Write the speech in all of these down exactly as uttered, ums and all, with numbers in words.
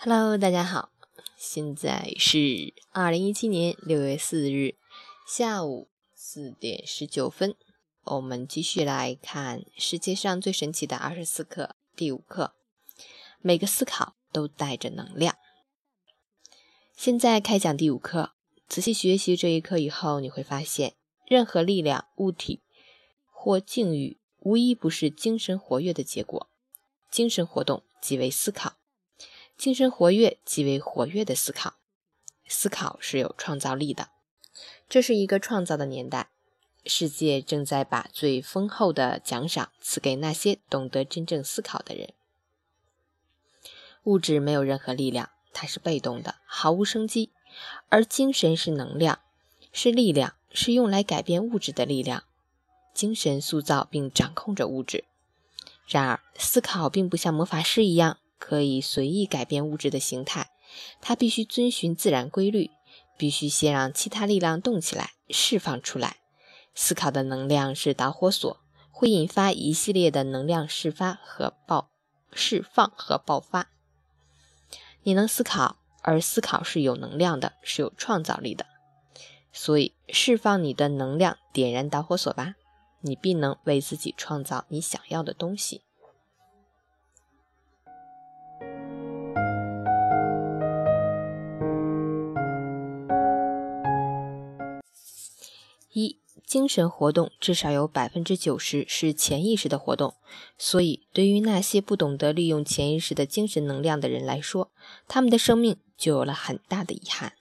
Hello， 大家好，现在是二零一七年六月四日下午四点十九分，我们继续来看世界上最神奇的二十四课第五课，每个思考都带着能量。现在开讲第五课，仔细学习这一课以后，你会发现任何力量、物体或境遇无一不是精神活跃的结果。精神活动即为思考，精神活跃即为活跃的思考。思考是有创造力的，这是一个创造的年代，世界正在把最丰厚的奖赏赐给那些懂得真正思考的人。物质没有任何力量，它是被动的，毫无生机，而精神是能量，是力量，是用来改变物质的力量。精神塑造并掌控着物质。然而，思考并不像魔法师一样可以随意改变物质的形态，它必须遵循自然规律，必须先让其他力量动起来，释放出来。思考的能量是导火索，会引发一系列的能量释发和爆释放和爆发。你能思考，而思考是有能量的，是有创造力的。所以，释放你的能量，点燃导火索吧。你必能为自己创造你想要的东西。一、精神活动至少有 百分之九十 是潜意识的活动，所以对于那些不懂得利用潜意识的精神能量的人来说，他们的生命就有了很大的遗憾。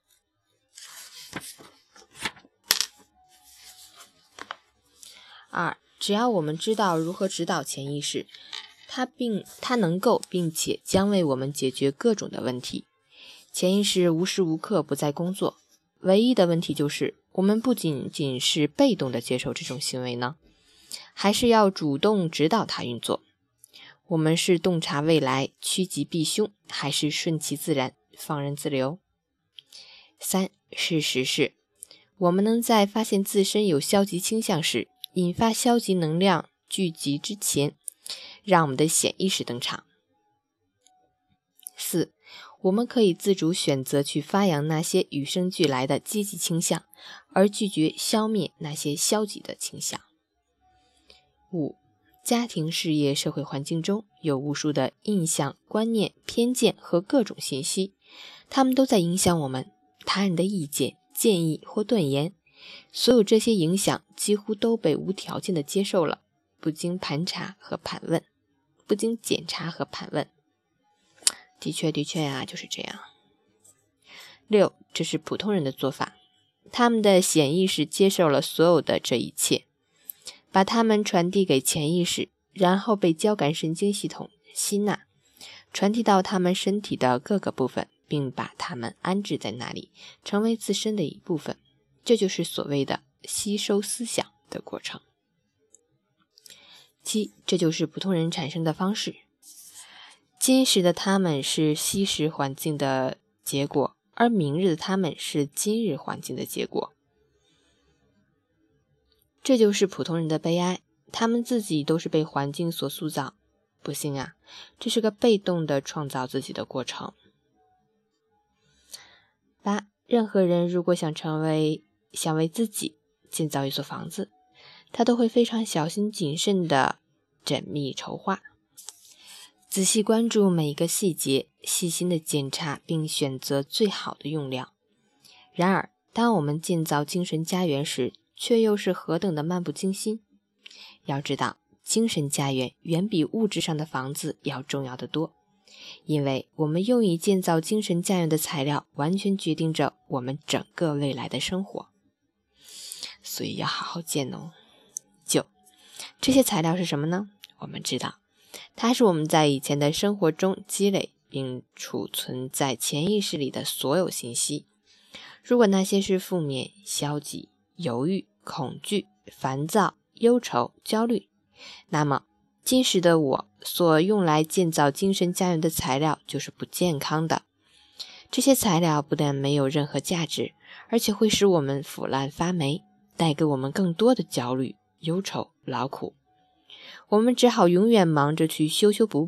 二、只要我们知道如何指导潜意识，它并它能够并且将为我们解决各种的问题。潜意识无时无刻不在工作，唯一的问题就是我们不仅仅是被动的接受这种行为呢，还是要主动指导它运作。我们是洞察未来，趋吉避凶，还是顺其自然，放任自流？三、事实是，我们能在发现自身有消极倾向时，引发消极能量聚集之前，让我们的潜意识登场。四、我们可以自主选择去发扬那些与生俱来的积极倾向，而拒绝消灭那些消极的倾向。五、家庭、事业、社会环境中有无数的印象、观念、偏见和各种信息，它们都在影响我们。他人的意见、建议或断言，所有这些影响几乎都被无条件的接受了，不经盘查和盘问，不经检查和盘问。的确的确啊，就是这样。六，这是普通人的做法，他们的潜意识接受了所有的这一切，把它们传递给潜意识，然后被交感神经系统吸纳，传递到他们身体的各个部分，并把它们安置在那里，成为自身的一部分。这就是所谓的吸收思想的过程。七，这就是普通人产生的方式。今时的他们是昔时环境的结果，而明日的他们是今日环境的结果。这就是普通人的悲哀，他们自己都是被环境所塑造。不幸啊，这是个被动的创造自己的过程。八，任何人如果想成为想为自己建造一所房子，他都会非常小心谨慎地缜密筹划，仔细关注每一个细节，细心地检查并选择最好的用料。然而，当我们建造精神家园时，却又是何等的漫不经心。要知道，精神家园远比物质上的房子要重要得多，因为我们用以建造精神家园的材料完全决定着我们整个未来的生活，所以要好好建哦。九，这些材料是什么呢？我们知道，它是我们在以前的生活中积累并储存在潜意识里的所有信息。如果那些是负面、消极、犹豫、恐惧、烦躁、忧愁、焦虑，那么今时的我所用来建造精神家园的材料就是不健康的。这些材料不但没有任何价值，而且会使我们腐烂发霉，带给我们更多的焦虑、忧愁、劳苦。我们只好永远忙着去修修补补，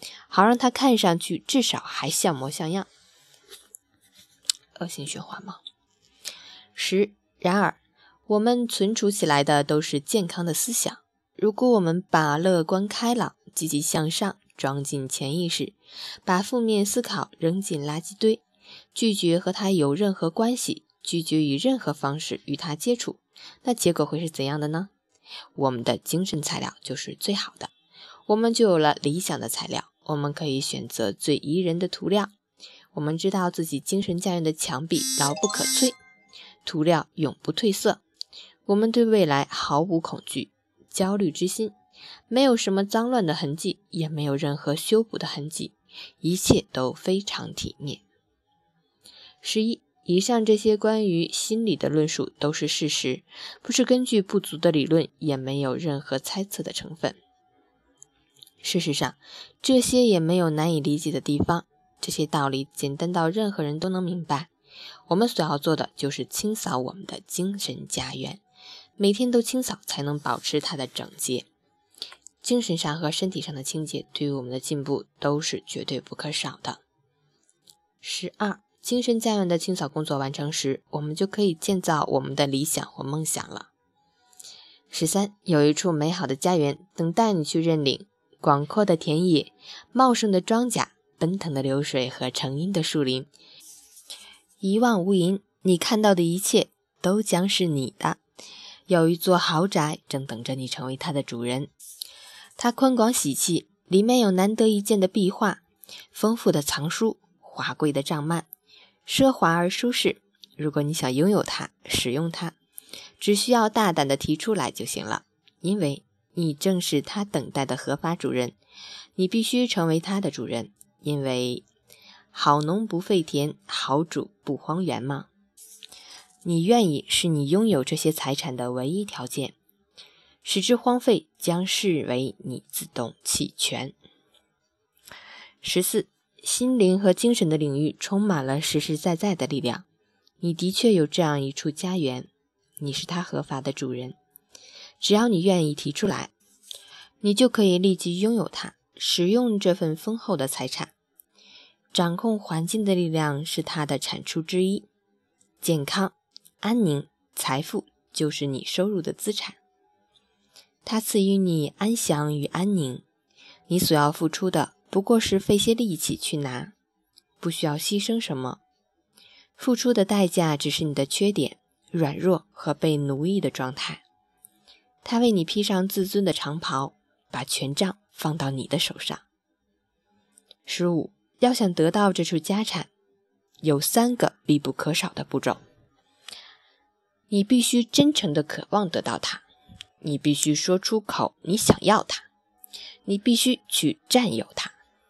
好让它看上去至少还像模像样。恶性循环吗？十。然而，我们存储起来的都是健康的思想。如果我们把乐观开朗、积极向上装进潜意识，把负面思考扔进垃圾堆，拒绝和它有任何关系，拒绝以任何方式与它接触，那结果会是怎样的呢？我们的精神材料就是最好的，我们就有了理想的材料，我们可以选择最宜人的涂料。我们知道自己精神家园的墙壁牢不可摧，涂料永不褪色。我们对未来毫无恐惧、焦虑之心，没有什么脏乱的痕迹，也没有任何修补的痕迹，一切都非常体面。十一。以上这些关于心理的论述都是事实，不是根据不足的理论，也没有任何猜测的成分。事实上，这些也没有难以理解的地方，这些道理简单到任何人都能明白。我们所要做的就是清扫我们的精神家园，每天都清扫才能保持它的整洁。精神上和身体上的清洁对于我们的进步都是绝对不可少的。十二。精神家园的清扫工作完成时，我们就可以建造我们的理想或梦想了。十三。有一处美好的家园等待你去认领，广阔的田野、茂盛的庄稼、奔腾的流水和成荫的树林，一望无垠，你看到的一切都将是你的。有一座豪宅正等着你成为它的主人，它宽广喜气，里面有难得一见的壁画、丰富的藏书、华贵的帐幔，奢华而舒适。如果你想拥有它、使用它，只需要大胆地提出来就行了，因为你正是它等待的合法主人。你必须成为它的主人，因为好农不废田，好主不荒园吗？你愿意是你拥有这些财产的唯一条件，使之荒废将视为你自动弃权。十四。心灵和精神的领域充满了实实在在的力量。你的确有这样一处家园，你是它合法的主人。只要你愿意提出来，你就可以立即拥有它，使用这份丰厚的财产。掌控环境的力量是它的产出之一。健康、安宁、财富就是你收入的资产。它赐予你安详与安宁，你所要付出的不过是费些力气去拿，不需要牺牲什么。付出的代价只是你的缺点、软弱和被奴役的状态。他为你披上自尊的长袍，把权杖放到你的手上。十五。要想得到这处家产，有三个必不可少的步骤。你必须真诚地渴望得到它，你必须说出口你想要它，你必须去占有它。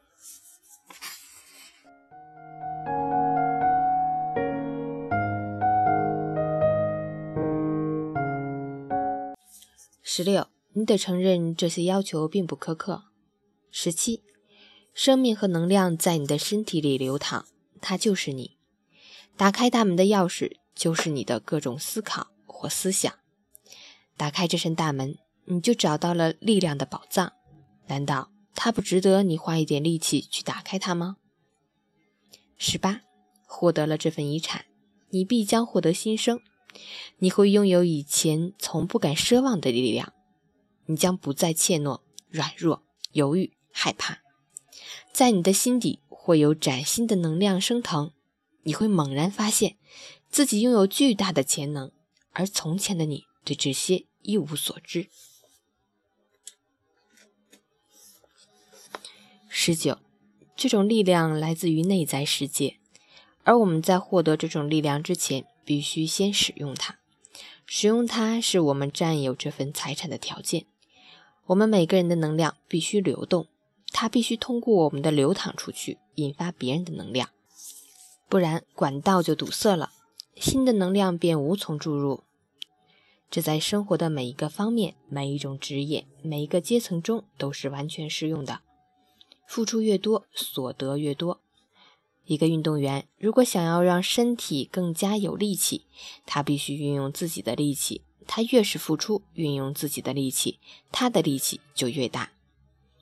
十六。你得承认这些要求并不苛刻。十七。生命和能量在你的身体里流淌，它就是你。打开大门的钥匙就是你的各种思考或思想。打开这扇大门，你就找到了力量的宝藏。难道它不值得你花一点力气去打开它吗？十八。获得了这份遗产，你必将获得新生。你会拥有以前从不敢奢望的力量。你将不再怯懦、软弱、犹豫、害怕。在你的心底会有崭新的能量升腾，你会猛然发现自己拥有巨大的潜能，而从前的你对这些一无所知。十九。这种力量来自于内在世界，而我们在获得这种力量之前，必须先使用它。使用它是我们占有这份财产的条件。我们每个人的能量必须流动，它必须通过我们的流淌出去，引发别人的能量，不然管道就堵塞了，新的能量便无从注入。这在生活的每一个方面、每一种职业、每一个阶层中都是完全适用的。付出越多，所得越多。一个运动员如果想要让身体更加有力气，他必须运用自己的力气，他越是付出，运用自己的力气，他的力气就越大。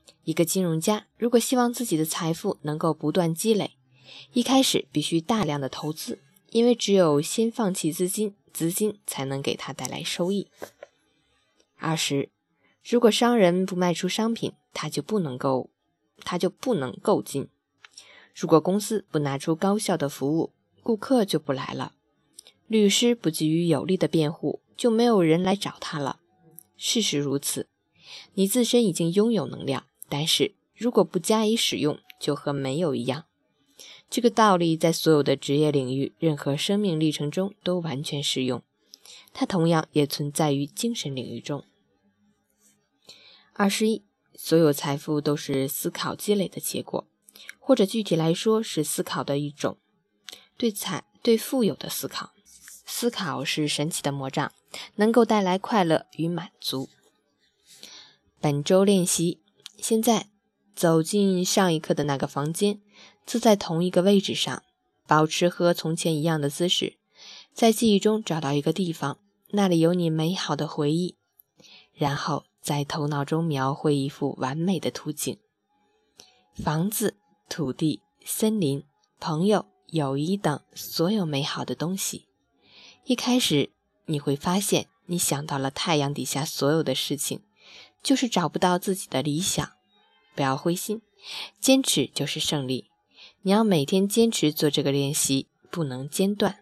一个金融家如果希望自己的财富能够不断积累，一开始必须大量的投资，因为只有先放弃资金，资金才能给他带来收益。二十，如果商人不卖出商品，他就不能够他就不能购进。如果公司不拿出高效的服务，顾客就不来了。律师不给予有力的辩护，就没有人来找他了。事实如此，你自身已经拥有能量，但是如果不加以使用，就和没有一样。这个道理在所有的职业领域、任何生命历程中都完全适用，它同样也存在于精神领域中。二十一，所有财富都是思考积累的结果，或者具体来说是思考的一种，对财对富有的思考。思考是神奇的魔杖，能够带来快乐与满足。本周练习，现在走进上一课的那个房间，坐在同一个位置上，保持和从前一样的姿势，在记忆中找到一个地方，那里有你美好的回忆，然后在头脑中描绘一幅完美的图景，房子、土地、森林、朋友、友谊等所有美好的东西。一开始你会发现，你想到了太阳底下所有的事情，就是找不到自己的理想。不要灰心，坚持就是胜利。你要每天坚持做这个练习，不能间断。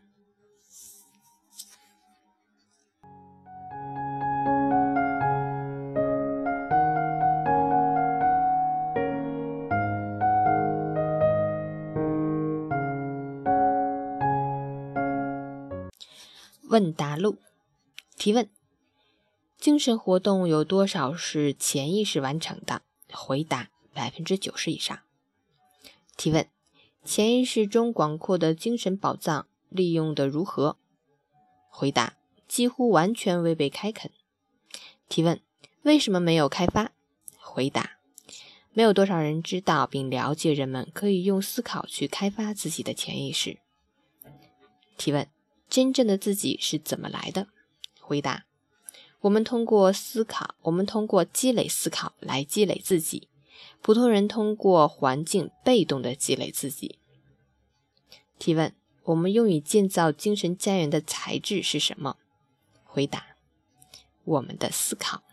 问答录。提问：精神活动有多少是潜意识完成的？回答：百分之九十以上。提问：潜意识中广阔的精神宝藏利用的如何？回答：几乎完全未被开垦。提问：为什么没有开发？回答：没有多少人知道并了解人们可以用思考去开发自己的潜意识。提问：真正的自己是怎么来的？回答：我们通过思考，我们通过积累思考来积累自己。普通人通过环境被动的积累自己。提问：我们用于建造精神家园的材质是什么？回答：我们的思考。